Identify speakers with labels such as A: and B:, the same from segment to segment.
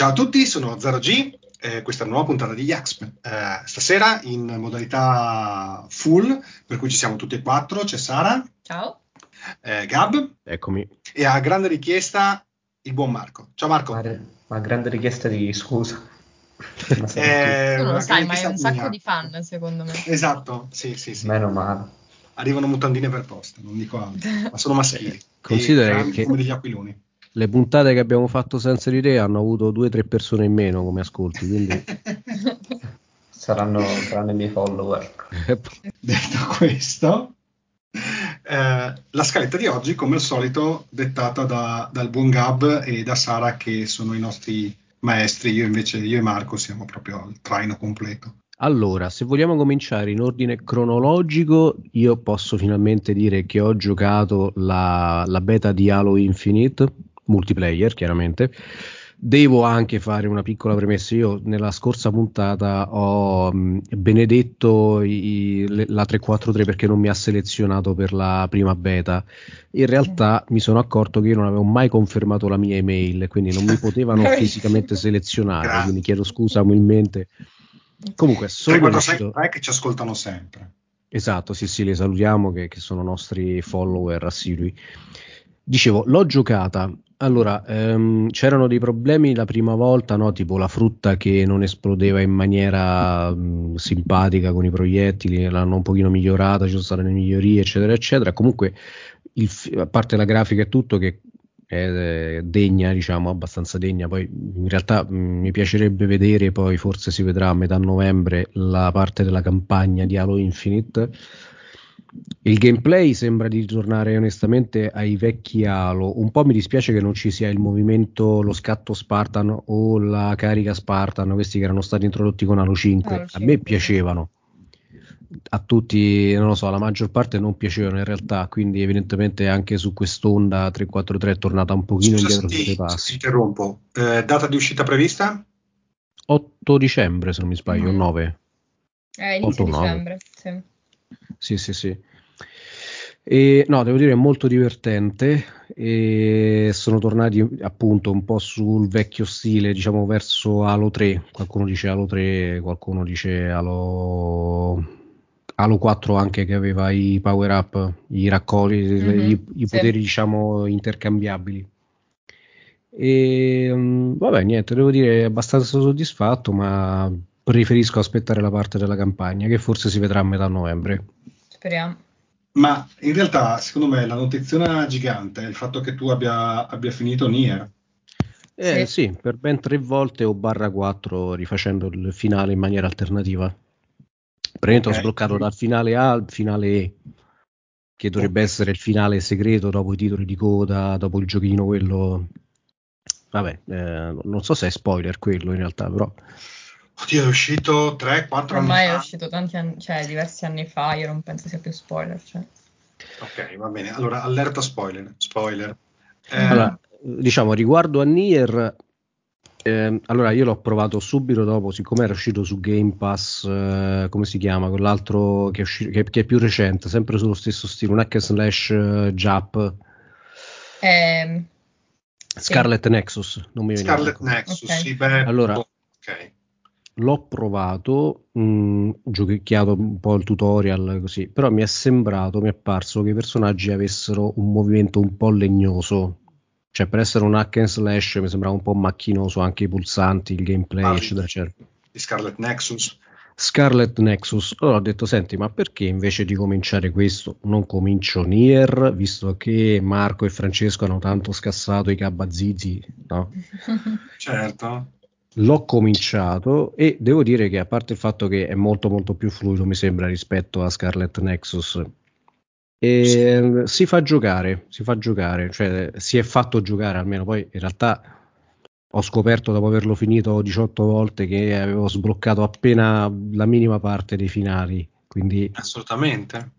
A: Ciao a tutti, sono Zero G, questa è una nuova puntata di Yaxp. Stasera in modalità full, per cui ci siamo tutti e quattro. C'è Sara.
B: Ciao.
A: Gab.
C: Eccomi.
A: E a grande richiesta il buon Marco. Ciao Marco.
D: Ma grande richiesta di scusa.
B: Tu non lo sai, ma hai un sacco di fan, secondo me.
A: Esatto, sì.
D: Meno male.
A: Arrivano mutandine per posta, non dico altro, ma sono maschili.
C: Considera che
A: come degli aquiloni.
C: Le puntate che abbiamo fatto senza di te hanno avuto 2 o 3 persone in meno come ascolti, quindi
D: saranno i miei follower.
A: Detto questo, la scaletta di oggi, come al solito, dettata dal buon Gab e da Sara, che sono i nostri maestri. Io e Marco siamo proprio al traino completo.
C: Allora, se vogliamo cominciare in ordine cronologico, io posso finalmente dire che ho giocato la beta di Halo Infinite, multiplayer chiaramente. Devo anche fare una piccola premessa. Io nella scorsa puntata ho benedetto la 343 perché non mi ha selezionato per la prima beta. In realtà mi sono accorto che io non avevo mai confermato la mia email, quindi non mi potevano fisicamente selezionare.
A: Grazie.
C: Quindi chiedo scusa umilmente. Comunque sono
A: 346 che ci ascoltano sempre.
C: Esatto, sì, li salutiamo che sono nostri follower assidui. Dicevo, l'ho giocata. Allora, c'erano dei problemi la prima volta, no? Tipo la frutta che non esplodeva in maniera simpatica con i proiettili, l'hanno un pochino migliorata, ci sono state le migliorie, eccetera, eccetera. Comunque, a parte la grafica e tutto, che è degna, diciamo, abbastanza degna. Poi in realtà mi piacerebbe vedere, poi forse si vedrà a metà novembre, la parte della campagna di Halo Infinite. Il gameplay sembra di ritornare onestamente ai vecchi Halo. Un po' mi dispiace che non ci sia il movimento, lo scatto Spartan o la carica Spartan, questi che erano stati introdotti con Halo 5.
B: Halo
C: A me
B: 5,
C: piacevano. A tutti, non lo so, la maggior parte non piacevano in realtà, quindi evidentemente anche su quest'onda 343 è tornata un pochino indietro sui suoi
A: Se ti
C: passi.
A: interrompo. Data di uscita prevista?
C: 8 dicembre se non mi sbaglio, 9.
B: Inizio
C: 8 o 9.
B: dicembre, sì.
C: Sì. E, no, devo dire è molto divertente e sono tornati appunto un po' sul vecchio stile, diciamo verso Halo 3. Qualcuno dice Halo 3, qualcuno dice Halo 4 anche, che aveva i power up, i raccogli, i poteri diciamo intercambiabili. E vabbè, niente, devo dire abbastanza soddisfatto, ma preferisco aspettare la parte della campagna che forse si vedrà a metà novembre.
B: Speriamo.
A: Ma in realtà, secondo me, la notizia gigante è il fatto che tu abbia finito Nier.
C: Sì, per ben 3 volte o /4 rifacendo il finale in maniera alternativa. Praticamente ho sbloccato dal finale A al finale E, che dovrebbe essere il finale segreto dopo i titoli di coda, dopo il giochino quello. Vabbè, non so se è spoiler quello in realtà, però.
A: Oddio, è uscito 3-4 anni fa.
B: Ormai è uscito tanti anni, cioè diversi anni fa, io non penso sia più spoiler. Cioè.
A: Ok, va bene. Allora, allerta spoiler.
C: Allora, diciamo, riguardo a Nier, allora io l'ho provato subito dopo, siccome era uscito su Game Pass, come si chiama, quell'altro che è più recente, sempre sullo stesso stile, un hack and slash Jap. Scarlet Nexus, non mi veniva.
A: Scarlet Nexus,
B: okay.
A: Sì, beh,
C: allora,
A: ok.
C: L'ho provato, giochicchiato un po' il tutorial così, però mi è apparso che i personaggi avessero un movimento un po' legnoso, cioè per essere un hack and slash mi sembrava un po' macchinoso, anche i pulsanti, il gameplay, eccetera, eccetera.
A: Di Scarlet Nexus?
C: Scarlet Nexus. Allora ho detto, senti, ma perché invece di cominciare questo non comincio Nier, visto che Marco e Francesco hanno tanto scassato i Kabazizi, no?
A: Certo.
C: L'ho cominciato e devo dire che, a parte il fatto che è molto molto più fluido, mi sembra, rispetto a Scarlet Nexus, e si fa giocare, cioè si è fatto giocare almeno. Poi in realtà ho scoperto dopo averlo finito 18 volte che avevo sbloccato appena la minima parte dei finali, quindi
A: assolutamente.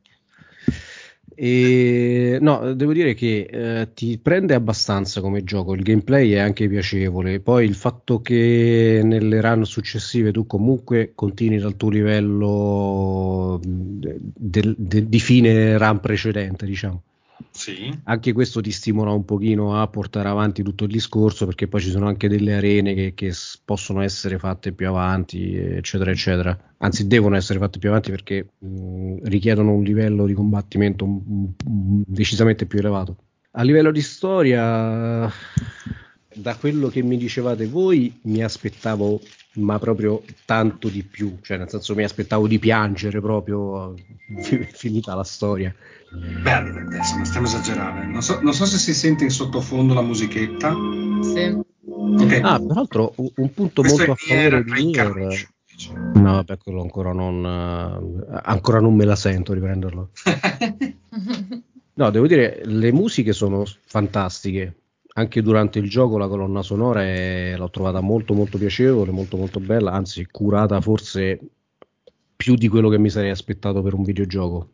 C: E no, devo dire che ti prende abbastanza come gioco, il gameplay è anche piacevole, poi il fatto che nelle run successive tu comunque continui dal tuo livello di fine run precedente, diciamo.
A: Sì.
C: Anche questo ti stimola un pochino a portare avanti tutto il discorso, perché poi ci sono anche delle arene che possono essere fatte più avanti, eccetera, eccetera. Anzi, devono essere fatte più avanti perché richiedono un livello di combattimento decisamente più elevato. A livello di storia, da quello che mi dicevate voi, mi aspettavo, ma proprio tanto di più, cioè nel senso mi aspettavo di piangere proprio finita la storia.
A: Beh, adesso non stiamo esagerando. Non so se si sente in sottofondo la musichetta.
B: Sì.
A: Okay.
C: Peraltro un punto
A: Questo
C: molto
A: è
C: a favore di Nier. No, vabbè, quello ancora non me la sento riprenderlo. No, devo dire, le musiche sono fantastiche. Anche durante il gioco la colonna sonora l'ho trovata molto molto piacevole, molto molto bella, anzi curata forse più di quello che mi sarei aspettato per un videogioco.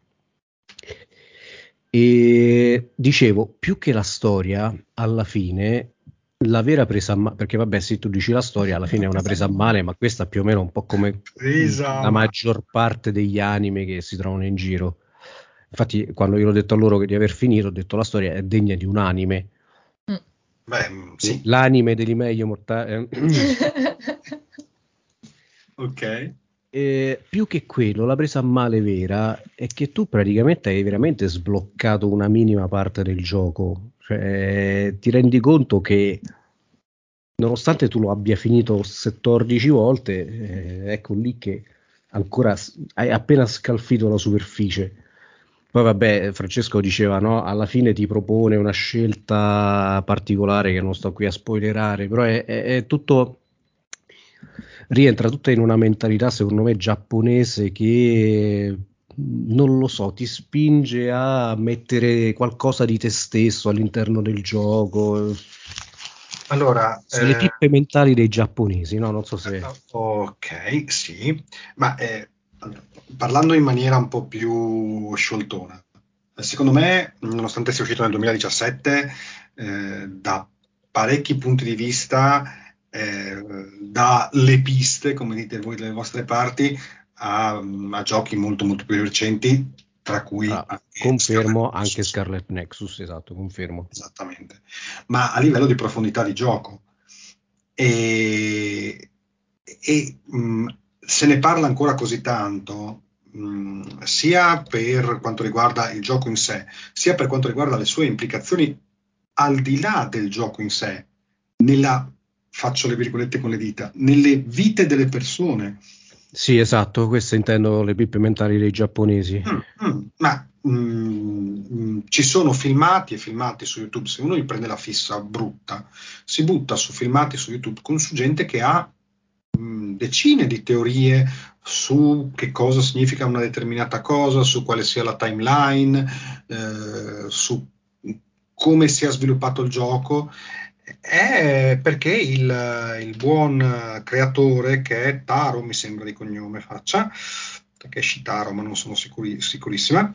C: E dicevo, più che la storia, alla fine, la vera presa a male, perché vabbè, se tu dici la storia, alla fine è una presa a male, ma questa più o meno è un po' come la maggior parte degli anime che si trovano in giro. Infatti, quando io ho detto a loro di aver finito, ho detto la storia è degna di un anime.
A: Beh, sì.
C: L'anime dell'Imeio Mortale.
A: Ok.
C: Più che quello, la presa a male vera è che tu praticamente hai veramente sbloccato una minima parte del gioco. Cioè, ti rendi conto che nonostante tu lo abbia finito 14 volte, ecco lì che ancora hai appena scalfito la superficie. Poi vabbè, Francesco diceva, no, alla fine ti propone una scelta particolare che non sto qui a spoilerare, però è tutto, rientra tutta in una mentalità secondo me giapponese che non lo so, ti spinge a mettere qualcosa di te stesso all'interno del gioco.
A: Allora,
C: Sono le pippe mentali dei giapponesi, no? Non so se...
A: ok, sì, ma parlando in maniera un po' più scioltona, secondo me, nonostante sia uscito nel 2017, da parecchi punti di vista, da le piste, come dite voi dalle vostre parti, a giochi molto molto più recenti, tra cui
C: confermo anche Scarlet Nexus, esatto, confermo.
A: Esattamente, ma a livello di profondità di gioco. E se ne parla ancora così tanto, sia per quanto riguarda il gioco in sé, sia per quanto riguarda le sue implicazioni al di là del gioco in sé, faccio le virgolette con le dita, nelle vite delle persone.
C: Sì, esatto, queste intendo le pippe mentali dei giapponesi.
A: Ci sono filmati e filmati su YouTube. Se uno gli prende la fissa brutta, si butta su filmati su YouTube su gente che ha decine di teorie su che cosa significa una determinata cosa, su quale sia la timeline, su come si è sviluppato il gioco. È perché il buon creatore, che è Taro, mi sembra di cognome faccia, Takeshi Taro, ma non sono sicurissima,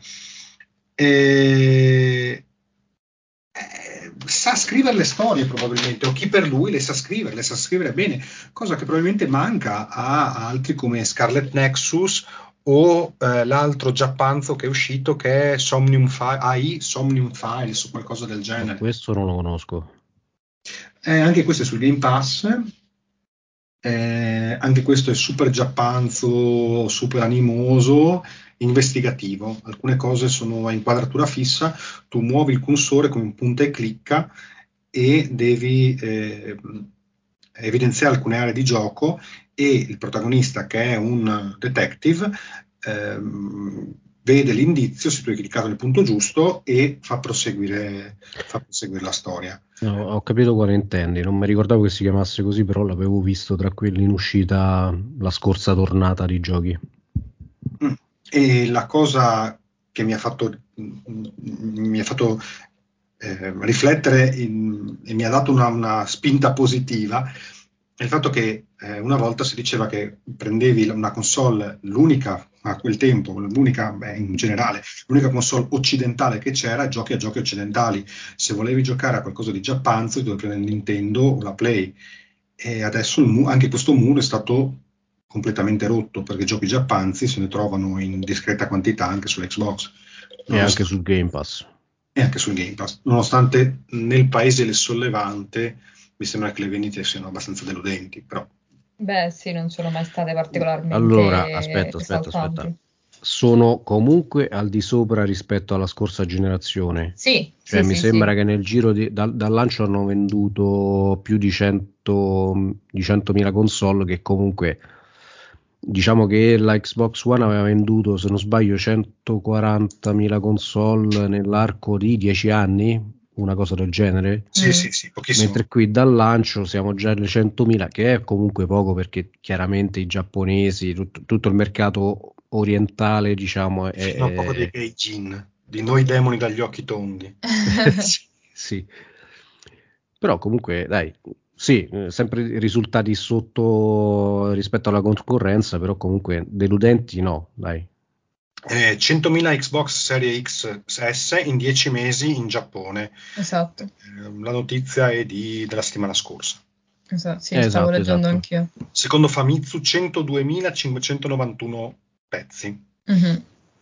A: sa scrivere le storie probabilmente, o chi per lui le sa scrivere bene, cosa che probabilmente manca a altri come Scarlet Nexus o l'altro giappanzo che è uscito, che è Somnium Files o qualcosa del genere.
C: No, questo non lo conosco.
A: Anche questo è sul Game Pass. Anche questo è super giappanzo, super animoso, investigativo. Alcune cose sono a inquadratura fissa, tu muovi il cursore come un punta e clicca e devi evidenziare alcune aree di gioco, e il protagonista, che è un detective, vede l'indizio, se tu hai cliccato nel punto giusto, e fa proseguire la storia.
C: No, ho capito quale intendi, non mi ricordavo che si chiamasse così, però l'avevo visto tra quelli in uscita la scorsa tornata di giochi.
A: E la cosa che mi ha fatto riflettere e mi ha dato una spinta positiva è il fatto che una volta si diceva che prendevi una console, l'unica a quel tempo, l'unica in generale, l'unica console occidentale che c'era, giochi a giochi occidentali. Se volevi giocare a qualcosa di giappanzo, dovevi prendere il Nintendo o la Play. E adesso anche questo muro è stato completamente rotto, perché giochi giappanzi se ne trovano in discreta quantità anche sull'Xbox.
C: E anche sul Game Pass.
A: e anche sul Game Pass, nonostante nel paese sollevante mi sembra che le vendite siano abbastanza deludenti, però.
B: Beh, sì, non sono mai state particolarmente
C: allora, aspetta.
B: esaltanti.
C: Sono comunque al di sopra rispetto alla scorsa generazione.
B: Sì,
C: Cioè,
B: sì,
C: mi
B: sì,
C: sembra
B: sì.
C: che nel giro dal lancio hanno venduto più di 100.000 console, che comunque diciamo che la Xbox One aveva venduto, se non sbaglio, 140.000 console nell'arco di 10 anni, una cosa del genere.
A: Sì, pochissimo.
C: Mentre qui dal lancio siamo già alle 100.000, che è comunque poco perché chiaramente i giapponesi, tutto il mercato orientale, diciamo,
A: Fino a poco dei Gaijin, di noi demoni dagli occhi tondi.
C: sì. Però comunque, dai, sì, sempre risultati sotto rispetto alla concorrenza, però comunque deludenti no, dai.
A: 100.000 Xbox Series X S in 10 mesi in Giappone.
B: Esatto.
A: La notizia è della settimana scorsa.
B: Esatto, sì, stavo leggendo anch'io.
A: Secondo Famitsu 102.591 pezzi.
B: Mm-hmm.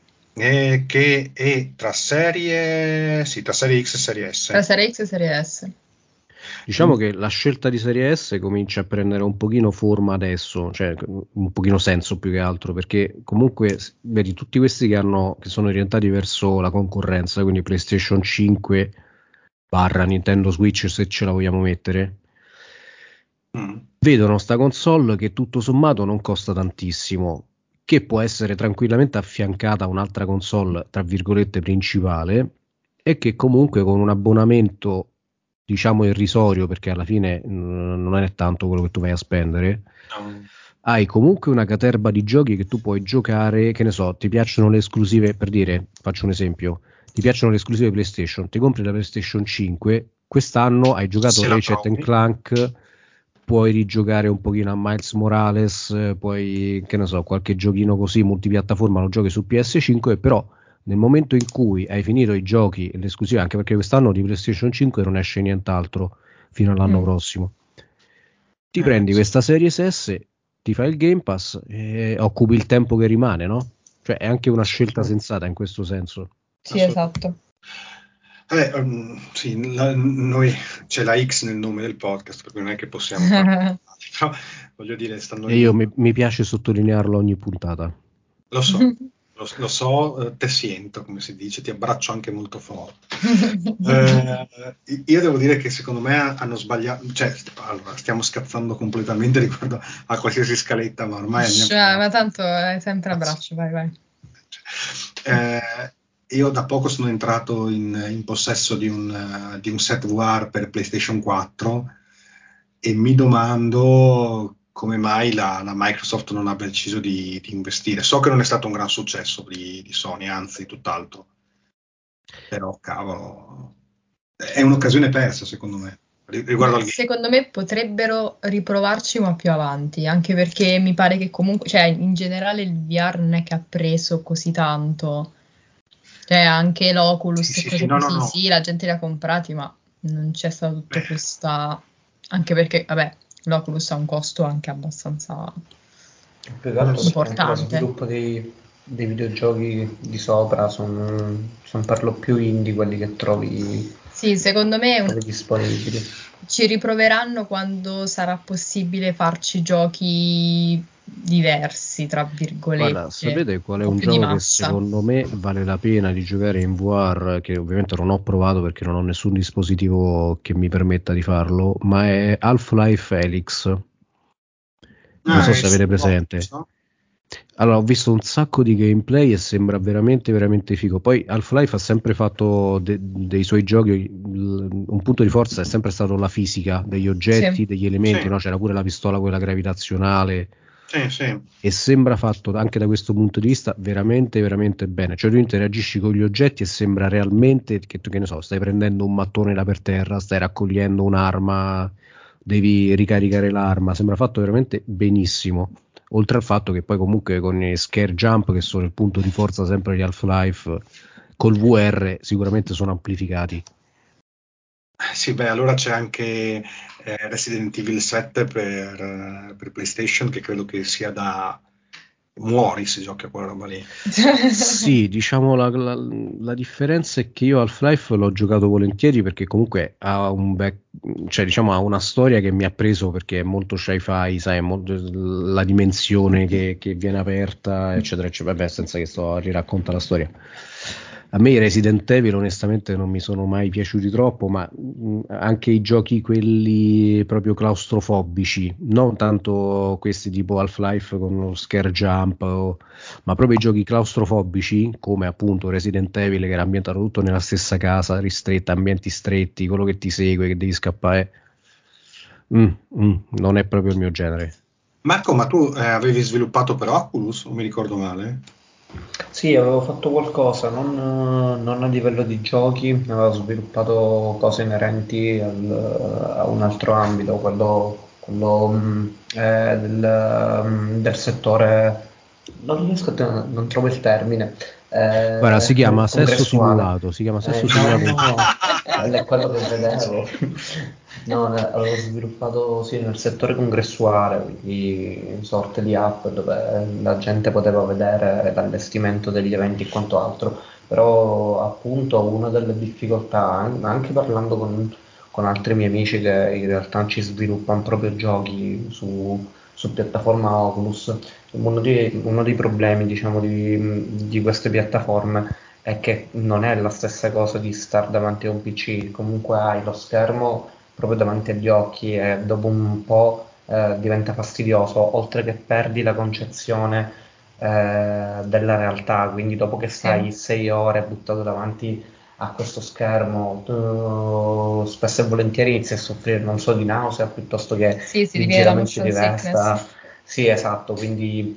A: Che è tra serie X e serie S.
B: Tra serie X e serie S.
C: Diciamo che la scelta di serie S comincia a prendere un pochino forma adesso, cioè un pochino senso più che altro, perché comunque vedi tutti questi che sono orientati verso la concorrenza, quindi PlayStation 5 / Nintendo Switch, se ce la vogliamo mettere, vedono sta console che tutto sommato non costa tantissimo, che può essere tranquillamente affiancata a un'altra console tra virgolette principale, e che comunque con un abbonamento diciamo irrisorio, perché alla fine non è tanto quello che tu vai a spendere, hai comunque una caterba di giochi che tu puoi giocare, che ne so, ti piacciono le esclusive, per dire, faccio un esempio, ti piacciono le esclusive PlayStation, ti compri la PlayStation 5, quest'anno hai giocato Ratchet & Clank, puoi rigiocare un pochino a Miles Morales, poi, che ne so, qualche giochino così multipiattaforma lo giochi su PS5, però nel momento in cui hai finito i giochi e le esclusive, anche perché quest'anno di PlayStation 5 non esce nient'altro fino all'anno prossimo, ti prendi questa Series S, ti fai il Game Pass e occupi il tempo che rimane, no? Cioè è anche una scelta sensata in questo senso.
B: Sì, esatto.
A: Sì, noi c'è la X nel nome del podcast, per cui non è che possiamo fare. Però voglio dire, stanno
C: e io mi piace sottolinearlo ogni puntata.
A: Lo so, lo so, te siento, come si dice, ti abbraccio anche molto forte. Io devo dire che secondo me hanno sbagliato, cioè, allora, stiamo scazzando completamente riguardo a qualsiasi scaletta, ma ormai
B: ma tanto è sempre abbraccio, vai.
A: Io da poco sono entrato in possesso di un set VR per PlayStation 4 e mi domando come mai la Microsoft non abbia deciso di investire. So che non è stato un gran successo di Sony, anzi tutt'altro, però cavolo, è un'occasione persa secondo me riguardo al game.
B: Secondo me potrebbero riprovarci ma più avanti, anche perché mi pare che comunque, cioè in generale il VR non è che ha preso così tanto, cioè anche l'Oculus e cose così,
A: no.
B: Sì, la gente li ha comprati, ma non c'è stata tutta questa, anche perché vabbè, l'Oculus ha un costo anche abbastanza
D: più che altro
B: importante.
D: Lo sviluppo dei videogiochi di sopra sono per lo più indie quelli che trovi.
B: Sì, secondo me
D: disponibili.
B: Ci riproveranno quando sarà possibile farci giochi diversi, tra virgolette.
C: Guarda, sapete qual è
B: un po'
C: un
B: più di
C: gioco che
B: massa.
C: secondo me vale la pena di giocare in VR, che ovviamente non ho provato perché non ho nessun dispositivo che mi permetta di farlo, ma è Half-Life Alyx. Non so se avete presente. Allora, ho visto un sacco di gameplay e sembra veramente veramente figo. Poi Half-Life ha sempre fatto dei suoi giochi, un punto di forza è sempre stato la fisica degli oggetti, degli elementi, no? C'era pure la pistola quella gravitazionale.
A: Sì.
C: E sembra fatto anche da questo punto di vista veramente veramente bene. Cioè tu interagisci con gli oggetti e sembra realmente che tu, che ne so, stai prendendo un mattone da per terra, stai raccogliendo un'arma, devi ricaricare l'arma, sembra fatto veramente benissimo. Oltre al fatto che poi comunque con i scare jump, che sono il punto di forza sempre di Half-Life, col VR sicuramente sono amplificati.
A: Sì, beh, allora c'è anche Resident Evil 7 per PlayStation, che credo che sia da muori se giochi a quella roba lì.
C: Sì, diciamo la differenza è che io Half-Life l'ho giocato volentieri perché comunque ha cioè diciamo ha una storia che mi ha preso perché è molto sci-fi, sai, la dimensione che viene aperta, eccetera, eccetera. Vabbè, senza che sto a riraccontare la storia. A me i Resident Evil onestamente non mi sono mai piaciuti troppo, ma anche i giochi quelli proprio claustrofobici, non tanto questi tipo Half-Life con lo scare jump, ma proprio i giochi claustrofobici come appunto Resident Evil che era ambientato tutto nella stessa casa, ristretta, ambienti stretti, quello che ti segue, che devi scappare, non è proprio il mio genere.
A: Marco, ma tu avevi sviluppato per Oculus, o mi ricordo male?
D: Sì, avevo fatto qualcosa, non a livello di giochi, avevo sviluppato cose inerenti a un altro ambito, del settore, non riesco non trovo il termine,
C: Guarda, si chiama sesso
D: congressuale.
C: simulato, si chiama sesso
D: No,
C: simulato.
D: è quello che vedevo. No, avevo sviluppato sì, nel settore congressuale, quindi una sorta di app dove la gente poteva vedere l'allestimento degli eventi e quanto altro, però appunto una delle difficoltà, anche parlando con altri miei amici che in realtà ci sviluppano proprio giochi su piattaforma Oculus, uno dei problemi diciamo di queste piattaforme è che non è la stessa cosa di stare davanti a un PC, comunque hai lo schermo proprio davanti agli occhi e dopo un po' diventa fastidioso, oltre che perdi la concezione della realtà, quindi dopo che stai
B: Sì.
D: 6 ore buttato davanti a questo schermo, tu spesso e volentieri inizi a soffrire non so di nausea piuttosto che
B: Sì, si
D: di
B: diviene la
D: giramenti di
B: motion sickness.
D: testa. Sì, esatto, quindi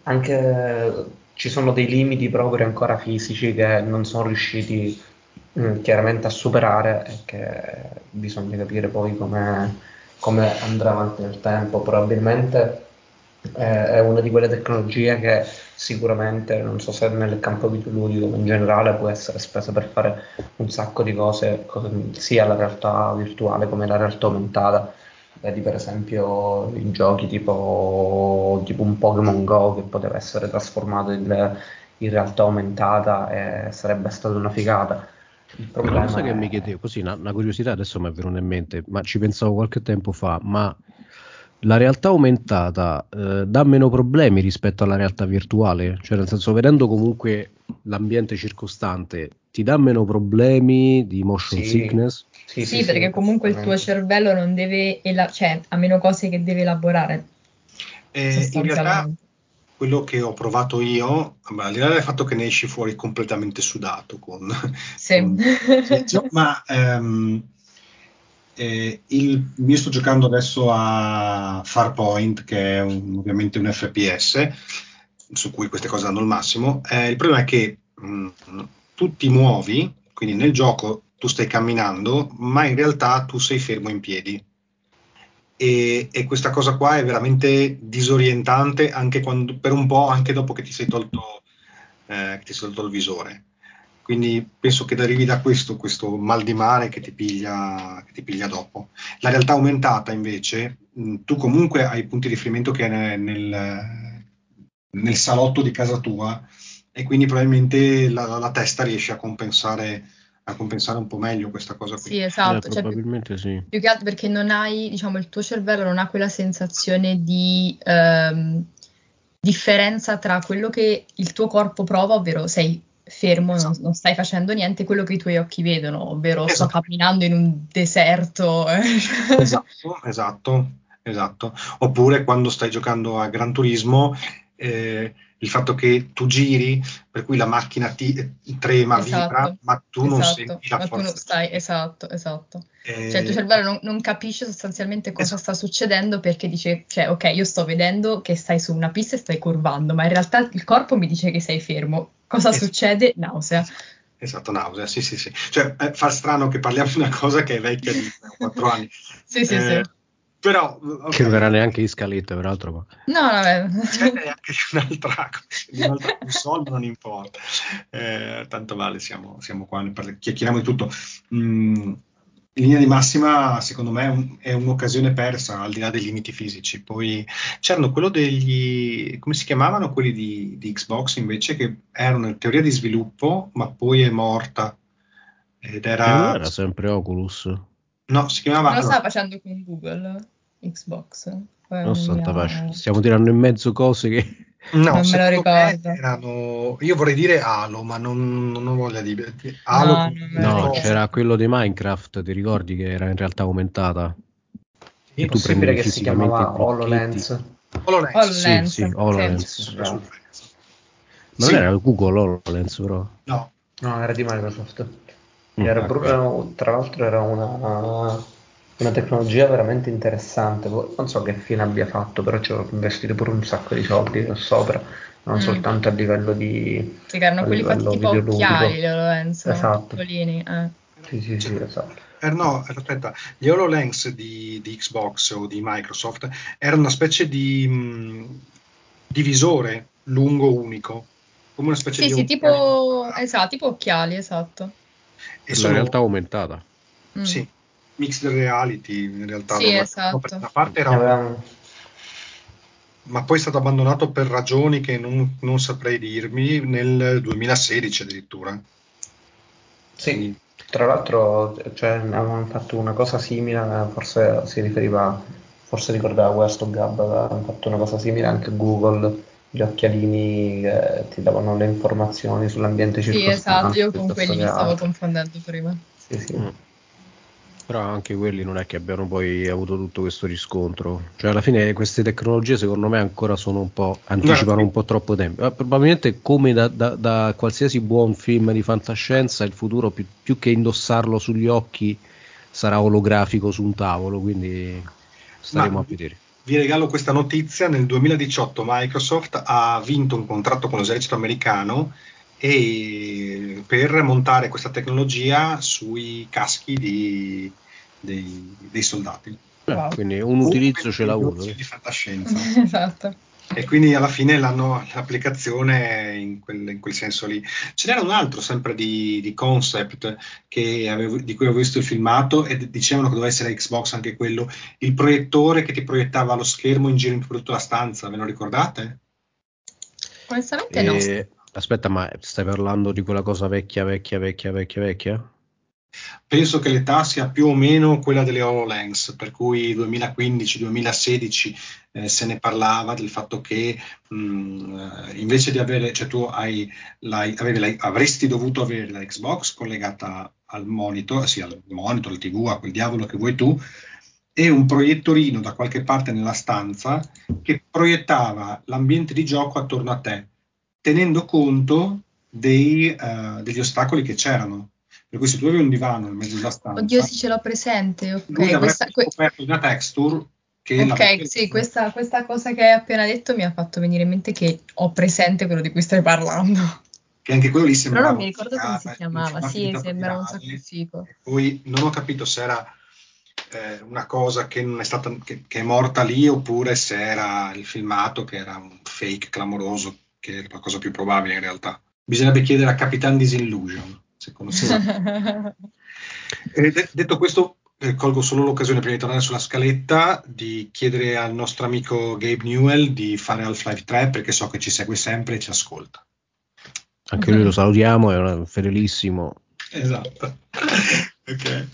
D: anche ci sono dei limiti proprio ancora fisici che non sono riusciti chiaramente a superare e che bisogna capire poi come andrà avanti nel tempo. Probabilmente è una di quelle tecnologie che sicuramente, non so se nel campo videoludico ma in generale, può essere spesa per fare un sacco di cose, sia la realtà virtuale come la realtà aumentata. Vedi per esempio in giochi tipo un Pokémon Go che poteva essere trasformato in realtà aumentata e sarebbe stata una figata. Il
C: Una cosa che
D: problema
C: mi
D: è...
C: chiedevo, così una curiosità adesso mi è venuta in mente, ma ci pensavo qualche tempo fa, ma la realtà aumentata dà meno problemi rispetto alla realtà virtuale? Cioè nel senso, vedendo comunque l'ambiente circostante, ti dà meno problemi di motion
D: Sì,
C: sickness?
D: sì, sì,
B: Sì,
D: sì,
B: perché comunque il tuo
D: assolutamente.
B: cervello non deve, cioè ha meno cose che deve elaborare
A: In realtà
B: sostanzialmente.
A: quello che ho provato io, al di là del fatto che ne esci fuori completamente sudato
B: Sì.
A: ma io sto giocando adesso a Farpoint, che è ovviamente un FPS, su cui queste cose hanno il massimo. Il problema è che tu ti muovi, quindi nel gioco tu stai camminando, ma in realtà tu sei fermo in piedi. E questa cosa qua è veramente disorientante anche quando, per un po', anche dopo che ti sei tolto il visore. Quindi penso che derivi da questo mal di mare che ti piglia dopo. La realtà aumentata, invece, tu comunque hai punti di riferimento che è nel salotto di casa tua, e quindi probabilmente la testa riesce a compensare un po' meglio questa cosa qui.
B: Sì, esatto, cioè
C: Probabilmente sì.
B: più che altro perché non hai, diciamo, il tuo cervello non ha quella sensazione di differenza tra quello che il tuo corpo prova, ovvero sei fermo,
A: Esatto,
B: non stai facendo niente, e quello che i tuoi occhi vedono, ovvero sto
A: esattamente.
B: camminando in un deserto.
A: Esatto, esatto, esatto. Oppure quando stai giocando a Gran Turismo, il fatto che tu giri, per cui la macchina ti trema, vibra,
B: Esatto,
A: ma tu non
B: esatto,
A: senti la
B: ma tu non
A: forza
B: stai,
A: G.
B: esatto, esatto. Cioè il tuo
A: Eh,
B: cervello non capisce sostanzialmente cosa
A: esatto,
B: sta succedendo perché dice, cioè, ok, io sto vedendo che stai su una pista e stai curvando, ma in realtà il corpo mi dice che sei fermo. Cosa
A: esatto,
B: succede? Nausea.
A: esatto, nausea, sì, sì, sì. Cioè, fa strano che parliamo di una cosa che è vecchia di 4 anni.
B: Sì, sì,
A: Eh,
B: sì.
A: però,
C: Che non era
A: ok,
C: neanche di scalette, peraltro.
B: No, vabbè.
A: c'è anche di un'altra console, non importa. Tanto vale, siamo qua, chiacchieriamo di tutto. Mm, in linea di massima, secondo me, è un'occasione persa, al di là dei limiti fisici. Poi c'erano quello degli, come si chiamavano quelli di Xbox invece, che erano in teoria di sviluppo, ma poi è morta. Ed
C: E non
A: era,
C: era sempre Oculus?
A: no, si chiamava,
B: Me lo
A: allora,
B: stava facendo con Google, Xbox. Poi
C: No,
B: non mi
C: santa pace.
B: ha...
C: Stiamo tirando in mezzo cose che...
A: no,
B: Non me lo
A: secondo me
B: ricordo.
A: erano, io vorrei dire Halo, ma non ho voglia di Halo
B: No,
A: con
B: non me lo
C: No,
B: ricordo.
C: c'era quello di Minecraft, ti ricordi che era in realtà aumentata?
D: È
C: Che tu
D: possibile
C: prendevi
D: che si
C: fisicamente i
D: chiamava
C: blocchetti.
D: HoloLens?
A: HoloLens,
C: Sì,
B: HoloLens,
C: sì,
B: sì.
C: HoloLens.
D: Bravo.
C: Ma non
A: Sì,
C: era Google HoloLens, però.
A: no,
D: No, era di Microsoft.
C: Ok.
D: Tra l'altro era una tecnologia veramente interessante. Poi non so che fine abbia fatto, però ci ho investito pure un sacco di soldi sopra, non
B: Mm.
D: soltanto a livello di
B: Sì, che erano
D: a
B: quelli fatti
D: livello
B: tipo occhiali,
D: videoludico.
B: le HoloLens,
D: Esatto.
B: piccolini.
D: Sì, sì, sì,
A: cioè,
D: esatto.
A: no, aspetta, gli HoloLens di Xbox o di Microsoft erano una specie di divisore lungo unico, come una specie
B: Sì,
A: di
B: sì,
A: occhiali
B: tipo,
A: normali.
B: esatto, tipo occhiali, esatto.
A: E
C: Per la
A: sono,
C: realtà aumentata.
B: Mm.
A: sì, mixed reality in realtà
B: Sì,
A: loro erano, perché
B: esatto.
A: una parte era
D: Avevamo-
A: ma poi è stato abbandonato per ragioni che non saprei dirmi nel 2016 addirittura.
D: Sì,
A: Quindi,
D: tra l'altro cioè, avevamo fatto una cosa simile, forse si riferiva, forse ricordava West of Gab, avevamo fatto una cosa simile anche a Google, gli occhialini che ti davano le informazioni sull'ambiente
B: Sì, esatto,
D: circostante
B: io con
D: piuttosto
B: quelli
D: che
B: mi stavo
D: altro.
B: confondendo prima.
D: Sì, sì.
C: Mm. Però anche quelli non è che abbiano poi avuto tutto questo riscontro. Cioè, alla fine queste tecnologie secondo me ancora sono un po',
A: guarda,
C: anticipano un po' troppo tempo. Ma probabilmente come da qualsiasi buon film di fantascienza, il futuro più che indossarlo sugli occhi sarà olografico su un tavolo, quindi
A: ma
C: staremo a vedere.
A: vi regalo questa notizia: nel 2018 Microsoft ha vinto un contratto con l'esercito americano per montare questa tecnologia sui caschi dei soldati.
B: Wow.
C: Quindi un
A: Come
C: utilizzo ce l'ha
A: negli
C: avuto.
A: film di fantascienza.
B: Esatto.
A: E quindi alla fine l'hanno l'applicazione in quel senso lì. Ce n'era un altro sempre di concept di cui avevo visto il filmato e dicevano che doveva essere Xbox anche quello, il proiettore che ti proiettava lo schermo in giro in tutta la stanza, ve lo ricordate?
B: Onestamente no.
C: E, aspetta, ma stai parlando di quella cosa vecchia, vecchia, vecchia, vecchia, vecchia?
A: Penso che l'età sia più o meno quella delle HoloLens, per cui 2015-2016 se ne parlava del fatto che invece di avere, cioè tu avresti dovuto avere la Xbox collegata al monitor, sì, al monitor, al TV, a quel diavolo che vuoi tu, e un proiettorino da qualche parte nella stanza che proiettava l'ambiente di gioco attorno a te, tenendo conto degli ostacoli che c'erano. Per cui se tu avevi un divano nel mezzo della
B: Oddio,
A: stanza,
B: sì, ce l'ho presente.
A: lui
B: Ok,
A: avrebbe scoperto una texture che la
B: ok, sì,
A: metteva.
B: questa cosa che hai appena detto mi ha fatto venire in mente che ho presente quello di cui stai parlando.
A: Che anche quello lì
B: Però non
A: sembrava
B: mi
A: una
B: ricordo come si
A: figata, in
B: chiamava.
A: formato
B: Sì,
A: imitato di
B: sembra un sacco
A: nave,
B: figo.
A: e poi non ho capito se era una cosa che non è stata, che è morta lì, oppure se era il filmato che era un fake clamoroso, che è la cosa più probabile in realtà. Bisognerebbe chiedere a Capitan Disillusion, se conoscete. Detto questo, colgo solo l'occasione prima di tornare sulla scaletta di chiedere al nostro amico Gabe Newell di fare Half-Life 3 perché so che ci segue sempre e ci ascolta.
C: Anche noi lo salutiamo, è fedelissimo.
A: Esatto. Ok.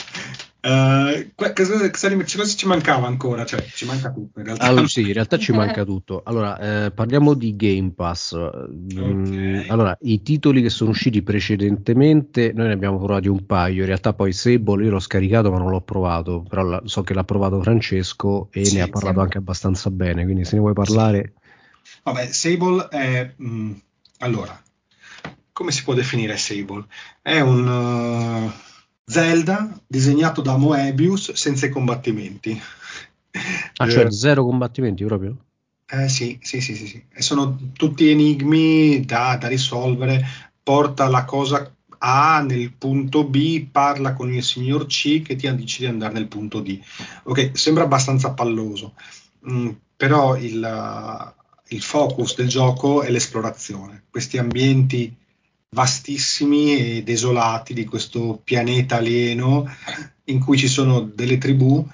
A: Cosa ci mancava ancora? Cioè, ci manca tutto in realtà.
C: Allora, sì, in realtà ci manca tutto. Allora, parliamo di Game Pass.
A: Ok.
C: Allora, i titoli che sono usciti precedentemente, noi ne abbiamo provati un paio. In realtà poi Sable io l'ho scaricato ma non l'ho provato, però so che l'ha provato Francesco e ne ha
A: Sì,
B: Sì.
C: parlato anche abbastanza bene, quindi se ne vuoi
A: sì.
C: parlare...
A: Vabbè, Sable è... allora, come si può definire Sable? È un Zelda disegnato da Moebius senza i combattimenti.
C: Ah, cioè zero combattimenti proprio?
A: Sì, sì, sì, sì, sì. E sono tutti enigmi da risolvere. Porta la cosa A nel punto B, parla con il signor C che ti dice di andare nel punto D. Ok, sembra abbastanza palloso. Però il focus del gioco è l'esplorazione. Questi ambienti vastissimi e desolati di questo pianeta alieno in cui ci sono delle tribù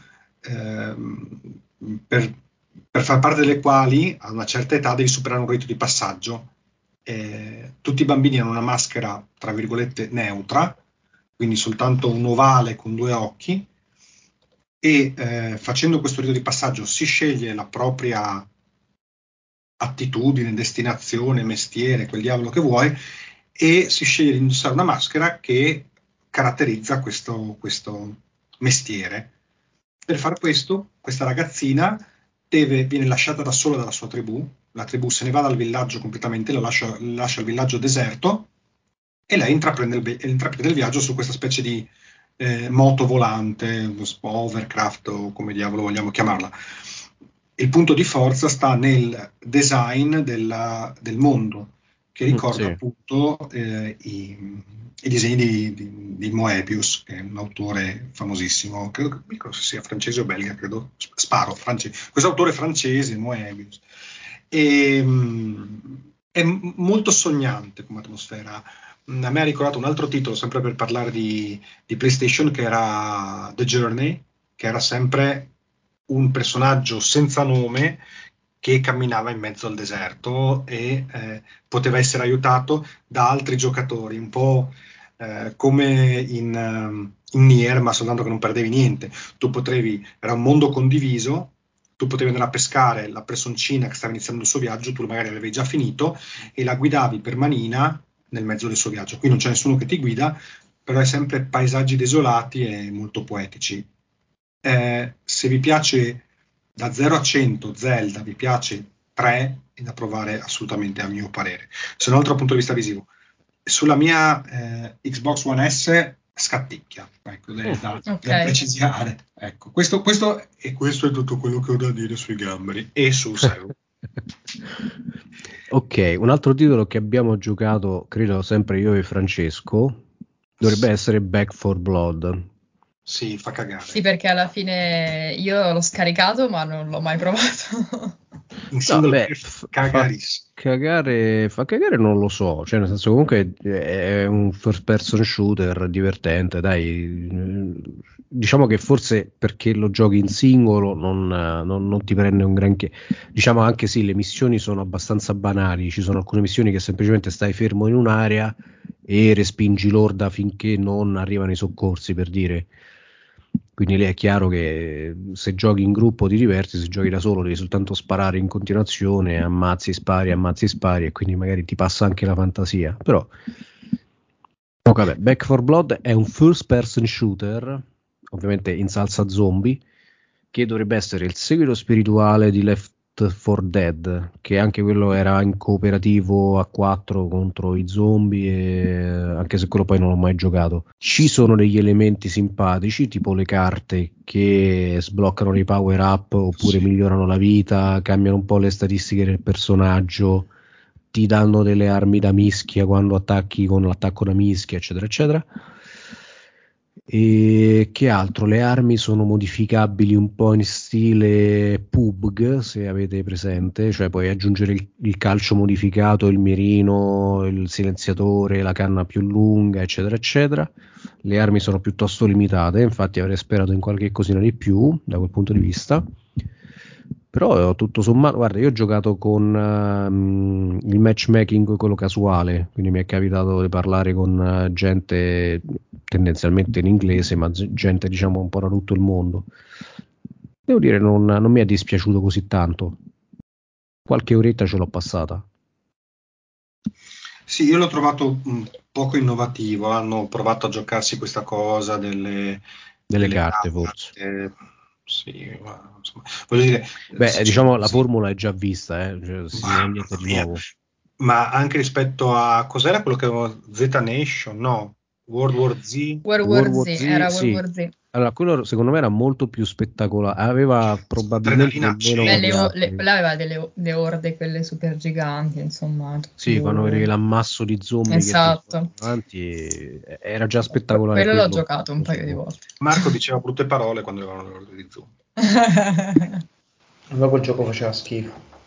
A: per far parte delle quali a una certa età devi superare un rito di passaggio. Tutti i bambini hanno una maschera tra virgolette neutra, quindi soltanto un ovale con 2 occhi, e facendo questo rito di passaggio si sceglie la propria attitudine, destinazione, mestiere, quel diavolo che vuoi, e si sceglie di indossare una maschera che caratterizza questo mestiere. Per far questo, questa ragazzina viene lasciata da sola dalla sua tribù, la tribù se ne va dal villaggio completamente, lascia il villaggio deserto, e lei intraprende il viaggio su questa specie di moto volante, overcraft o come diavolo vogliamo chiamarla. Il punto di forza sta nel design del mondo, che ricorda appunto i disegni di Moebius, che è un autore famosissimo, credo se sia francese o belga, credo, sparo, francese. Questo autore francese, Moebius. È molto sognante come atmosfera. A me ha ricordato un altro titolo, sempre per parlare di PlayStation, che era The Journey, che era sempre un personaggio senza nome che camminava in mezzo al deserto e poteva essere aiutato da altri giocatori, un po' come in Nier, ma soltanto che non perdevi niente. Era un mondo condiviso, tu potevi andare a pescare la personcina che stava iniziando il suo viaggio, tu magari l'avevi già finito e la guidavi per manina nel mezzo del suo viaggio. Qui non c'è nessuno che ti guida, però è sempre paesaggi desolati e molto poetici. Se vi piace da 0 a 100 Zelda, vi piace 3, è da provare assolutamente a mio parere. Se non, dal punto di vista visivo, sulla mia Xbox One S scatticchia, ecco, da precisare. Ecco, questo è tutto quello che ho da dire sui gamberi e su Seven.
C: Ok, un altro titolo che abbiamo giocato, credo sempre io e Francesco, dovrebbe essere Back 4 Blood.
A: Sì, fa cagare.
B: Sì, perché alla fine io l'ho scaricato ma non l'ho mai provato.
A: In single player
C: fa cagare non lo so, cioè nel senso comunque è un first person shooter divertente, dai, diciamo che forse perché lo giochi in singolo non ti prende un granché, diciamo anche sì, le missioni sono abbastanza banali, ci sono alcune missioni che semplicemente stai fermo in un'area e respingi l'orda finché non arrivano i soccorsi, per dire. Quindi lì è chiaro che se giochi in gruppo ti diverti, se giochi da solo devi soltanto sparare in continuazione, ammazzi, spari, e quindi magari ti passa anche la fantasia. Però, vabbè, Back 4 Blood è un first person shooter, ovviamente in salsa zombie, che dovrebbe essere il seguito spirituale di Left 4 Dead, che anche quello era in cooperativo a 4 contro i zombie, anche se quello poi non l'ho mai giocato. Ci sono degli elementi simpatici, tipo le carte che sbloccano i power up oppure migliorano la vita, cambiano un po' le statistiche del personaggio, ti danno delle armi da mischia quando attacchi con l'attacco da mischia, eccetera eccetera. E che altro? Le armi sono modificabili un po' in stile PUBG, se avete presente, cioè puoi aggiungere il calcio modificato, il mirino, il silenziatore, la canna più lunga, eccetera eccetera. Le armi sono piuttosto limitate, infatti avrei sperato in qualche cosina di più da quel punto di vista. Però tutto sommato, guarda, io ho giocato con il matchmaking, quello casuale, quindi mi è capitato di parlare con gente tendenzialmente in inglese, ma gente diciamo un po' da tutto il mondo. Devo dire, non mi è dispiaciuto così tanto. Qualche oretta ce l'ho passata.
A: Sì, io l'ho trovato poco innovativo, hanno provato a giocarsi questa cosa delle
C: carte, forse.
A: Sì, ma, insomma, voglio dire,
C: diciamo la formula è già vista, cioè, non è niente di nuovo.
A: Ma anche rispetto a cos'era quello che avevo Z Nation? No, World War Z.
B: World War Z, era World War Z.
C: Allora, quello secondo me era molto più spettacolare, aveva probabilmente meno
B: là aveva delle orde, quelle super giganti, insomma.
C: Sì, quando vedevi l'ammasso di zombie
B: esatto.
C: che avanti, era già spettacolare.
B: Quello l'ho giocato un paio di volte.
A: Marco diceva brutte parole quando avevano le orde di zombie.
D: Allora quel gioco faceva schifo.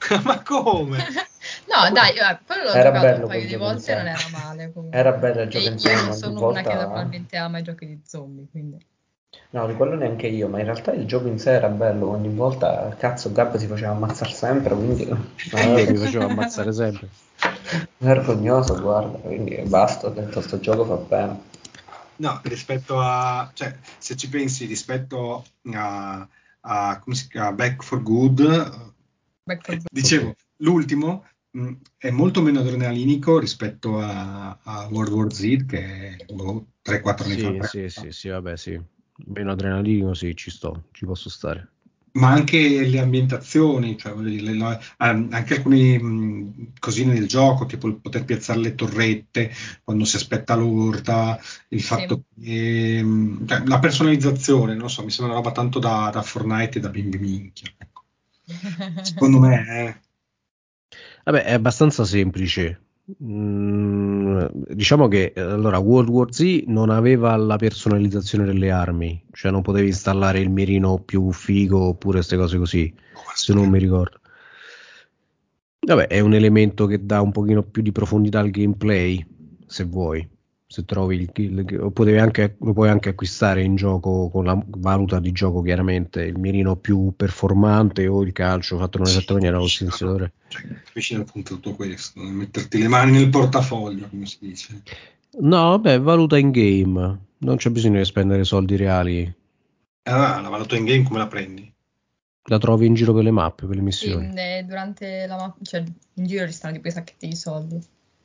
A: Ma come?
B: No, dai, quello l'ho
D: Era
B: giocato
D: bello
B: un paio
D: quel
B: di
D: gioco
B: volte,
D: insieme.
B: non era male comunque.
D: Era bello il gioco
B: E io
D: insieme,
B: non
D: ogni
B: sono una che
D: volta...
B: normalmente ama i giochi di zombie, quindi...
D: No, di quello neanche io, ma in realtà il gioco in sé era bello, ogni volta, cazzo, Gab si faceva ammazzare sempre, quindi...
C: Io mi facevo ammazzare sempre.
D: Vergognoso, guarda, quindi basta, ho detto, sto gioco fa bene.
A: No, rispetto a, cioè, se ci pensi rispetto a come si chiama, Back for Good,
B: Back 4 Blood.
A: dicevo, l'ultimo è molto meno adrenalinico rispetto a World War Z, che è 3-4 anni fa.
C: Sì, vabbè, sì. Meno adrenalinico, sì, ci posso stare.
A: Ma anche le ambientazioni, cioè, voglio dire, anche alcune cosine del gioco, tipo il poter piazzare le torrette quando si aspetta l'orda, il fatto che cioè, la personalizzazione, non so, mi sembra una roba tanto da Fortnite e da bimbi minchia. Ecco. Secondo me,
C: Vabbè, è abbastanza semplice. Diciamo che allora World War Z non aveva la personalizzazione delle armi, cioè non potevi installare il mirino più figo oppure queste cose così, se non mi ricordo. Vabbè, è un elemento che dà un pochino più di profondità al gameplay, se vuoi. Se trovi lo puoi anche acquistare in gioco con la valuta di gioco, chiaramente il mirino più performante o il calcio fatto in una certa maniera col sensore.
A: Cioè, capisci dal punto tutto questo, metterti le mani nel portafoglio, come si dice.
C: No, vabbè, valuta in game, non c'è bisogno di spendere soldi reali,
A: Allora, la valuta in game come la prendi?
C: la trovi in giro per le mappe, per le
B: Sì,
C: missioni.
B: durante cioè in giro ci stanno tipo i sacchetti di soldi.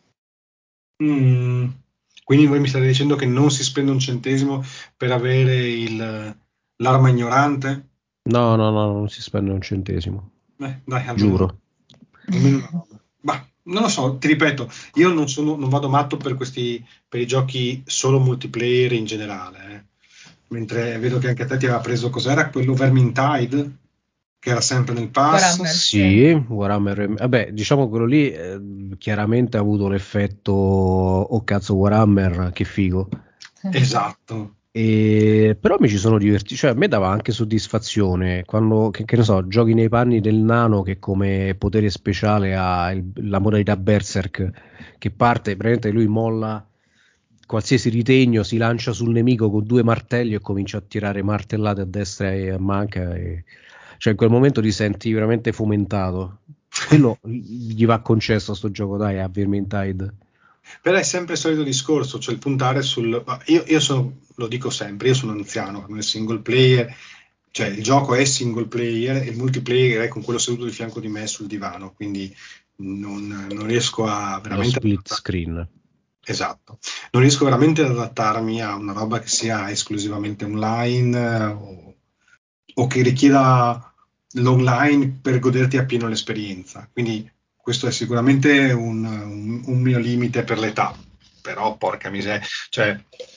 A: Mm, quindi voi mi state dicendo che non si spende un centesimo per avere l'arma ignorante?
C: No, non si spende un centesimo,
A: Dai,
C: giuro.
A: almeno una roba. Bah, non lo so, ti ripeto, io non vado matto per i giochi solo multiplayer in generale. Mentre vedo che anche a te ti aveva preso cos'era quello Vermintide, che era sempre nel pass.
B: Warhammer, sì.
C: Sì, Warhammer, vabbè, diciamo quello lì chiaramente ha avuto l'effetto, oh cazzo, Warhammer, che figo.
A: Esatto.
C: Però mi ci sono divertito, cioè a me dava anche soddisfazione quando, che ne so, giochi nei panni del nano che come potere speciale ha la modalità Berserk, che parte, praticamente lui molla qualsiasi ritegno, si lancia sul nemico con 2 martelli e comincia a tirare martellate a destra e a manca. Cioè in quel momento ti senti veramente fomentato. Quello gli va concesso a sto gioco, dai, a Vermintide.
A: Però è sempre il solito discorso, cioè il puntare sul... Io sono, lo dico sempre, io sono anziano, nel single player, cioè il gioco è single player e il multiplayer è con quello seduto di fianco di me sul divano, quindi non riesco a
C: Lo
A: veramente...
C: split screen.
A: Esatto, non riesco veramente ad adattarmi a una roba che sia esclusivamente online o che richieda l'online per goderti appieno l'esperienza. Quindi questo è sicuramente un mio limite per l'età, però porca miseria, cioè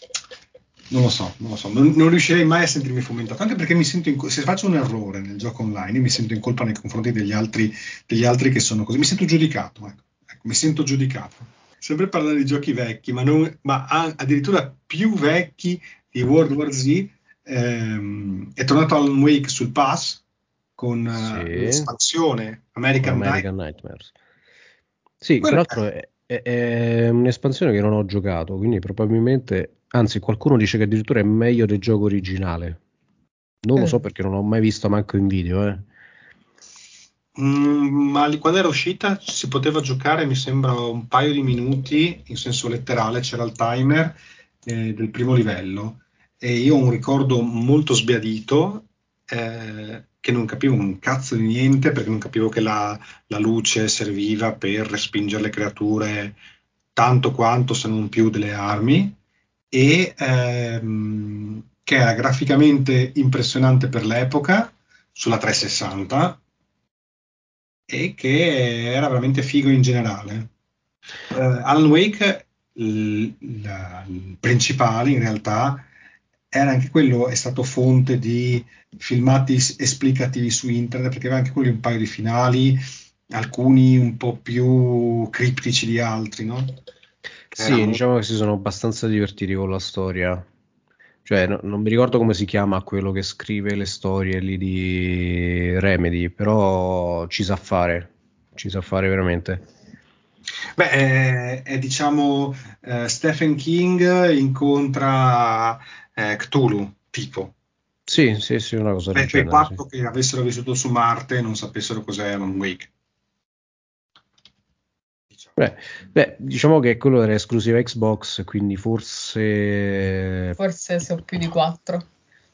A: non riuscirei mai a sentirmi fomentato, anche perché mi sento se faccio un errore nel gioco online, io mi sento in colpa nei confronti degli altri che sono così, mi sento giudicato, ecco, mi sento giudicato. Sempre parlare di giochi vecchi, ma addirittura più vecchi di World War Z, è tornato Alan Wake sul pass con
C: Sì,
A: l'espansione
C: con
A: American Night.
C: American Nightmares. Sì, tra
A: Quello
C: l'altro è un'espansione che non ho giocato, quindi probabilmente, anzi qualcuno dice che addirittura è meglio del gioco originale. Non lo so perché non l'ho mai visto manco in video, eh.
A: Ma quando era uscita si poteva giocare, mi sembra, un paio di minuti, in senso letterale, c'era il timer del primo livello e io ho un ricordo molto sbiadito che non capivo un cazzo di niente perché non capivo che la luce serviva per respingere le creature tanto quanto, se non più, delle armi e che era graficamente impressionante per l'epoca sulla 360 e che era veramente figo in generale. Alan Wake, il principale in realtà, era anche quello, è stato fonte di filmati esplicativi su internet, perché aveva anche quelli un paio di finali, alcuni un po' più criptici di altri, no? Che era
C: Sì, diciamo che si sono abbastanza divertiti con la storia. Cioè, non mi ricordo come si chiama quello che scrive le storie lì di Remedy, però ci sa fare. ci sa fare veramente.
A: Beh, è diciamo Stephen King incontra Cthulhu, tipo.
C: Sì, una cosa del
A: Quei
C: genere, sì.
A: quattro che avessero vissuto su Marte e non sapessero cos'è Alan Wake. Diciamo.
C: Diciamo che quello era esclusiva Xbox, quindi forse
B: so più di 4.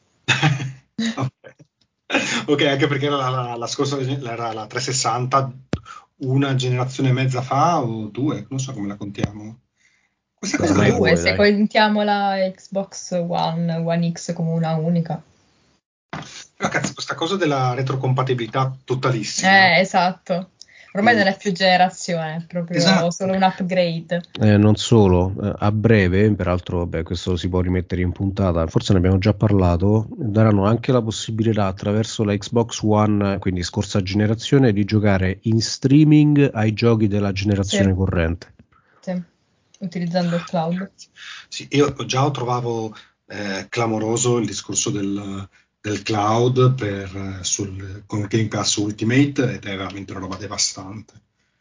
A: Ok, anche perché era la scorsa era la 360 una generazione e mezza fa o due, non so come la contiamo. Questa cosa
C: ormai
B: Due, se
C: dai.
B: contiamo la Xbox One X come una unica.
A: Cazzo, questa cosa della retrocompatibilità totalissima.
B: Esatto. Ormai non è più generazione, è proprio
A: Esatto.
B: solo un upgrade.
C: Non solo, a breve, peraltro, vabbè, questo si può rimettere in puntata, forse ne abbiamo già parlato, daranno anche la possibilità attraverso la Xbox One, quindi scorsa generazione, di giocare in streaming ai giochi della generazione corrente.
B: Sì, utilizzando il cloud.
A: Sì, io già trovavo clamoroso il discorso del cloud con Game Pass Ultimate ed è veramente una roba devastante.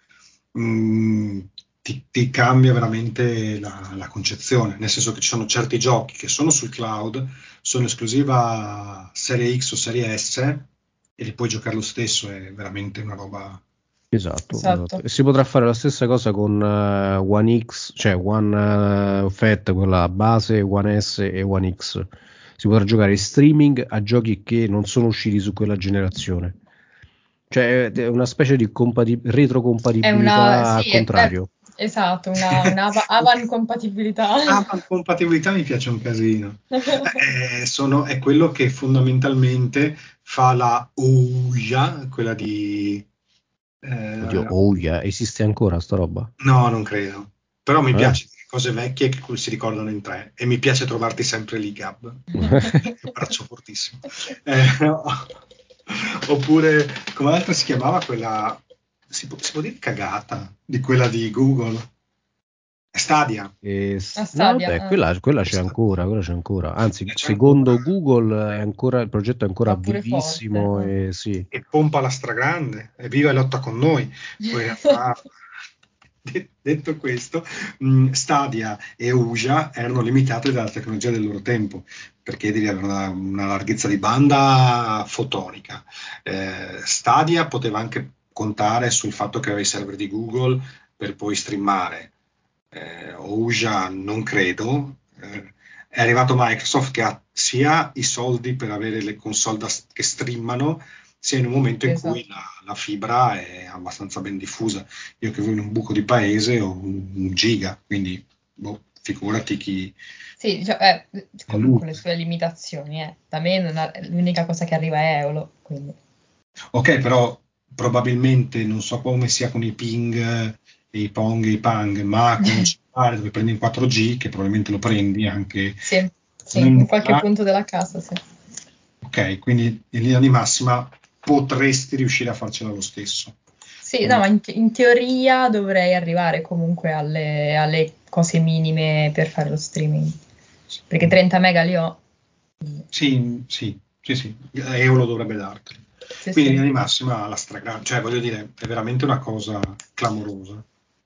A: Mm, ti cambia veramente la concezione, nel senso che ci sono certi giochi che sono sul cloud, sono esclusiva Serie X o Serie S e li puoi giocare lo stesso, è veramente una roba.
C: Esatto. E si potrà fare la stessa cosa con One X, cioè One Fat, quella base, One S e One X. Si potrà giocare in streaming a giochi che non sono usciti su quella generazione. Cioè è una specie di retrocompatibilità al contrario.
B: Esatto, una Avan compatibilità.
A: Avan compatibilità mi piace un casino. È quello che fondamentalmente fa la Ouya, quella di.
C: Oddio, oh yeah, esiste ancora sta roba?
A: No, non credo. Però mi
C: Eh?
A: piace cose vecchie che si ricordano in tre e mi piace trovarti sempre lì, Gab. Braccio fortissimo. No. Oppure, come l'altra si chiamava quella. Si può dire cagata di quella di Google? Stadia.
C: No,
B: Stadia,
C: vabbè, quella c'è ancora, quella c'è ancora. Anzi,
A: C'è ancora.
C: secondo Google il progetto è ancora
B: va pure
C: vivissimo
B: forte.
C: e sì.
A: E pompa la stragrande, e viva e lotta con noi. Poi in realtà, detto questo, Stadia e Uja erano limitate dalla tecnologia del loro tempo, perché devi avere una larghezza di banda fotonica. Stadia poteva anche contare sul fatto che aveva i server di Google per poi streamare. Ouya non credo. È arrivato Microsoft che ha sia i soldi per avere le console che streamano, sia in un momento in cui la fibra è abbastanza ben diffusa. Io che vivo in un buco di paese ho un giga, quindi figurati chi.
B: Sì, diciamo, con le sue limitazioni. Da me l'unica cosa che arriva è Eolo, quindi.
A: Ok, però probabilmente non so come sia con i ping, i pong e i pang, ma con un cellulare dove prendi il 4G, che probabilmente lo prendi anche.
B: Sì, in qualche punto della casa, sì.
A: Ok, quindi in linea di massima potresti riuscire a farcela lo stesso.
B: Sì, no, ma in teoria dovrei arrivare comunque alle cose minime per fare lo streaming, perché 30 mega li ho.
A: Sì, Eolo dovrebbe darteli. Quindi in linea di massima la stragrande, cioè voglio dire, è veramente una cosa clamorosa.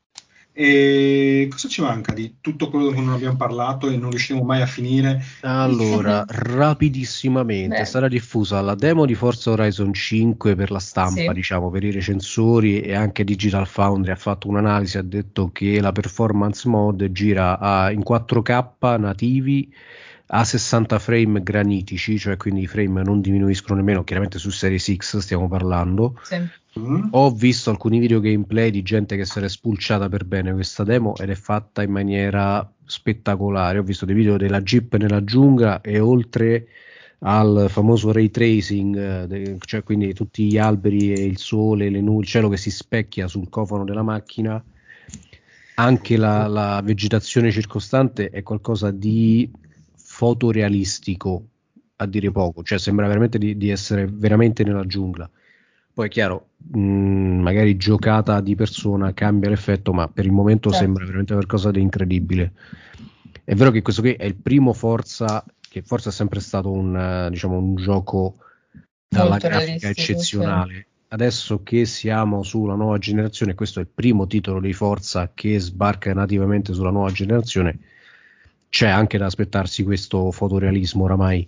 A: E cosa ci manca di tutto quello che non abbiamo parlato e non riusciamo mai a finire?
C: Allora, rapidissimamente sarà diffusa la demo di Forza Horizon 5 per la stampa,
B: Sì.
C: diciamo, per i recensori, e anche Digital Foundry ha fatto un'analisi, ha detto che la performance mode gira in 4K nativi a 60 frame granitici, cioè quindi i frame non diminuiscono nemmeno, chiaramente su Series X stiamo parlando.
B: Sì.
C: Ho visto alcuni video gameplay di gente che si era spulciata per bene questa demo ed è fatta in maniera spettacolare. Ho visto dei video della Jeep nella giungla e oltre al famoso ray tracing, cioè quindi tutti gli alberi e il sole, le nuvole, il cielo che si specchia sul cofano della macchina, anche la vegetazione circostante è qualcosa di fotorealistico, a dire poco, cioè sembra veramente di essere veramente nella giungla. Poi è chiaro, magari giocata di persona cambia l'effetto, ma per il momento sembra veramente qualcosa di incredibile. È vero che questo qui è il primo Forza, che forse è sempre stato un gioco dalla grafica eccezionale. adesso che siamo sulla nuova generazione, questo è il primo titolo di Forza che sbarca nativamente sulla nuova generazione, c'è anche da aspettarsi questo fotorealismo oramai.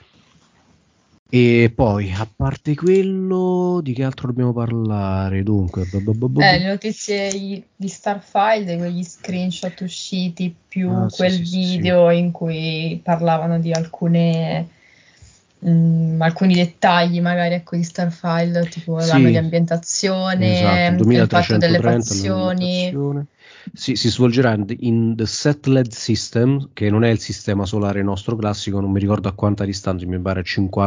C: E poi, a parte quello, di che altro dobbiamo parlare? Dunque,
B: le notizie di Starfield, quegli screenshot usciti più quel video in cui parlavano di alcuni dettagli magari, ecco, di Starfield, tipo l'anno di ambientazione,
C: esatto,
B: il fatto delle fazioni.
C: Si svolgerà in The Settled System, che non è il sistema solare nostro classico, non mi ricordo a quanta distanza, mi pare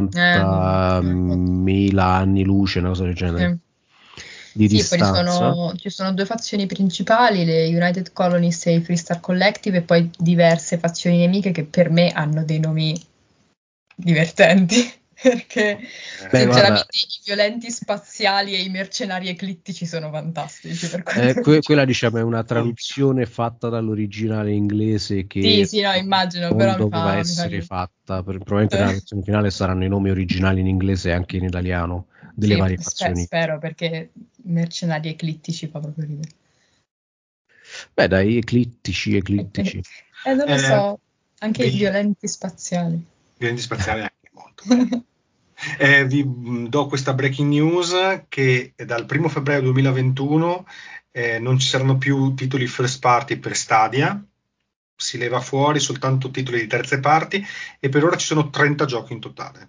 C: 50.000 anni luce, una cosa del genere. Di distanza.
B: Poi ci sono due fazioni principali, le United Colonists e i Freestar Collective, e poi diverse fazioni nemiche che per me hanno dei nomi divertenti, perché sinceramente i violenti spaziali e i mercenari eclittici sono fantastici.
C: Quella diciamo è una traduzione fatta dall'originale inglese che
B: immagino,
C: non
B: però
C: doveva essere fatta, probabilmente nella versione finale saranno i nomi originali in inglese e anche in italiano delle varie fazioni.
B: Spero, perché mercenari eclittici fa proprio ridere.
C: Beh dai, eclittici.
B: Non lo so, anche i violenti spaziali.
A: Violenti spaziali anche molto bello. Vi do questa breaking news che dal 1 febbraio 2021 non ci saranno più titoli first party per Stadia, si leva fuori soltanto titoli di terze parti e per ora ci sono 30 giochi in totale.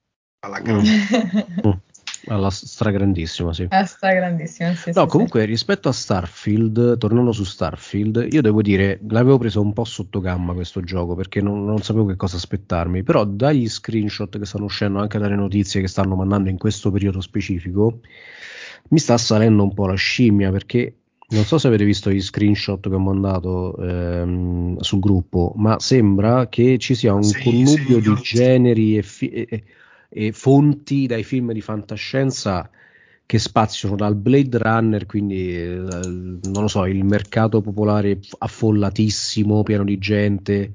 C: Alla stragrandissima, sì.
B: Stragrandissima, sì.
C: No, comunque rispetto a Starfield, tornando su Starfield, io devo dire, l'avevo preso un po' sotto gamma questo gioco perché non sapevo che cosa aspettarmi, però dagli screenshot che stanno uscendo, anche dalle notizie che stanno mandando in questo periodo specifico, mi sta salendo un po' la scimmia, perché non so se avete visto gli screenshot che ho mandato sul gruppo, ma sembra che ci sia un connubio di generi e fonti dai film di fantascienza che spaziano dal Blade Runner, quindi non lo so, il mercato popolare affollatissimo, pieno di gente,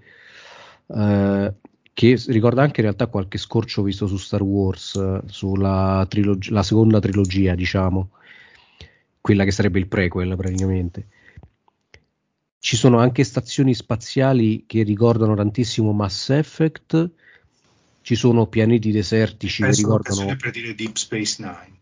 C: che ricorda anche in realtà qualche scorcio visto su Star Wars, sulla la seconda trilogia, diciamo, quella che sarebbe il prequel praticamente. Ci sono anche stazioni spaziali che ricordano tantissimo Mass Effect, ci sono pianeti desertici che ricordano...
A: per dire Deep Space Nine.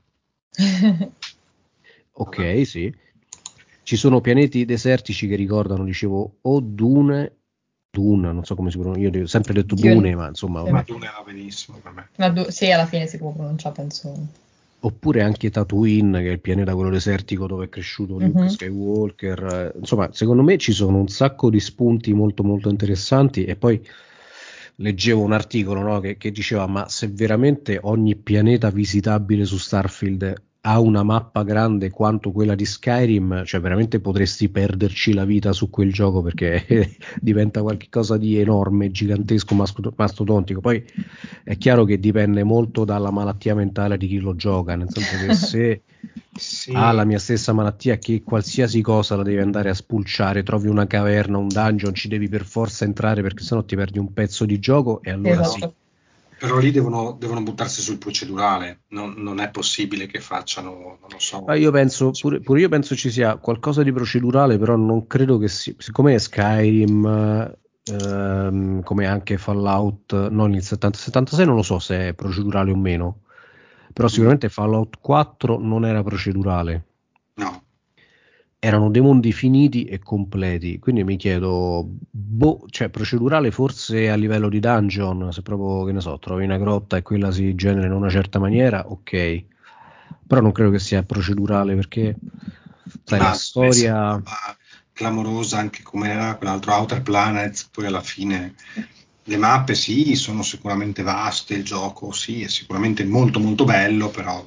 C: Ok, sì. Ci sono pianeti desertici che ricordano, dicevo, o Dune, non so come si pronuncia, io ho sempre detto Dune, ma insomma...
A: Ma Dune va benissimo per me.
B: Sì, alla fine si può pronunciare, penso.
C: Oppure anche Tatooine, che è il pianeta quello desertico dove è cresciuto Luke Skywalker. Insomma, secondo me ci sono un sacco di spunti molto molto interessanti. E poi leggevo un articolo, no, che diceva: ma se veramente ogni pianeta visitabile su Starfield ha una mappa grande quanto quella di Skyrim, cioè veramente potresti perderci la vita su quel gioco, perché diventa qualcosa di enorme, gigantesco, mastodontico. Poi è chiaro che dipende molto dalla malattia mentale di chi lo gioca, nel senso che se ha la mia stessa malattia, che qualsiasi cosa la devi andare a spulciare, trovi una caverna, un dungeon, ci devi per forza entrare perché sennò ti perdi un pezzo di gioco, e allora sì.
A: Però lì devono buttarsi sul procedurale, non è possibile che facciano, non lo so.
C: Io penso, pure io penso ci sia qualcosa di procedurale, però non credo che siccome è Skyrim, come anche Fallout, non il 76 non lo so se è procedurale o meno, però sicuramente Fallout 4 non era procedurale.
A: No.
C: Erano dei mondi finiti e completi, quindi mi chiedo, cioè procedurale forse a livello di dungeon, se proprio, che ne so, trovi una grotta e quella si genera in una certa maniera, ok, però non credo che sia procedurale, perché sai, la storia
A: clamorosa, anche come era quell'altro Outer Planets, poi alla fine le mappe sì, sono sicuramente vaste, il gioco sì, è sicuramente molto molto bello, però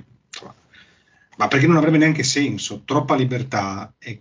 A: ma perché non avrebbe neanche senso, troppa libertà e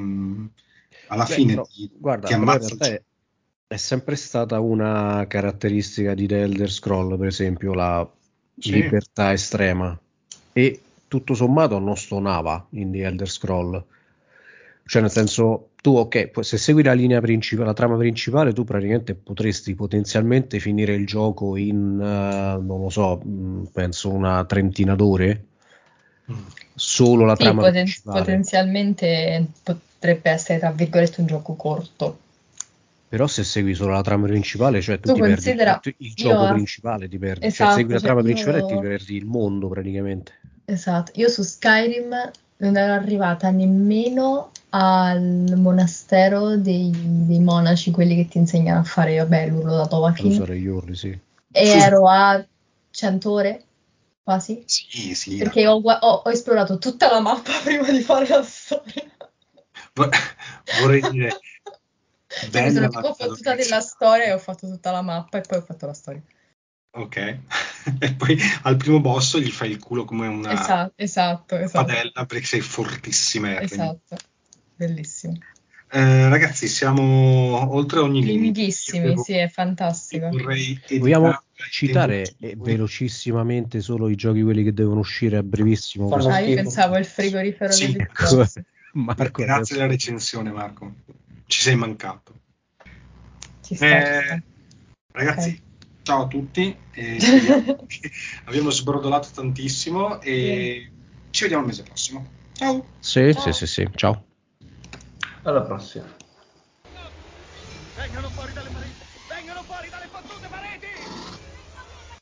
A: alla fine
C: però, guarda,
A: ti
C: però in
A: ammazza.
C: realtà è sempre stata una caratteristica di The Elder Scroll, per esempio, la libertà estrema, e tutto sommato non stonava in The Elder Scroll, cioè nel senso, tu ok, se segui la linea principale, la trama principale, tu praticamente potresti potenzialmente finire il gioco in non lo so, penso una trentina d'ore, solo la trama principale.
B: Potenzialmente potrebbe essere, tra virgolette, un gioco corto.
C: Però se segui solo la trama principale, cioè tu ti
B: considera,
C: perdi il gioco principale, ti perdi.
B: Esatto,
C: cioè segui la trama principale e ti perdi il mondo praticamente.
B: Esatto, io su Skyrim non ero arrivata nemmeno al monastero dei monaci, quelli che ti insegnano a fare, vabbè, l'urlo da Dovahkiin.
C: Usare gli urli, sì.
B: E ero a 100 ore, quasi.
A: Sì.
B: Perché ho esplorato tutta la mappa prima di fare la storia.
A: Vorrei dire...
B: mi sono tipo fottuta della storia e ho fatto tutta la mappa e poi ho fatto la storia.
A: Ok. E poi al primo boss gli fai il culo come una
B: esatto.
A: padella perché sei fortissima.
B: Esatto, bellissimo.
A: Ragazzi, siamo oltre ogni limite.
B: Limitissimi, sì, è fantastico.
C: Vogliamo citare velocissimamente solo i giochi quelli che devono uscire a brevissimo?
B: Io pensavo il frigorifero
A: sì,
C: Marco,
A: grazie alla recensione, Marco. Ci sei mancato.
B: Ci sta.
A: Ragazzi,
B: okay.
A: Ciao a tutti. Speriamo che abbiamo sbrodolato tantissimo e ci vediamo il mese prossimo. Ciao.
C: Sì. Ciao.
D: Alla prossima.
E: Vengano fuori dalle pareti! Vengano fuori dalle fottute pareti!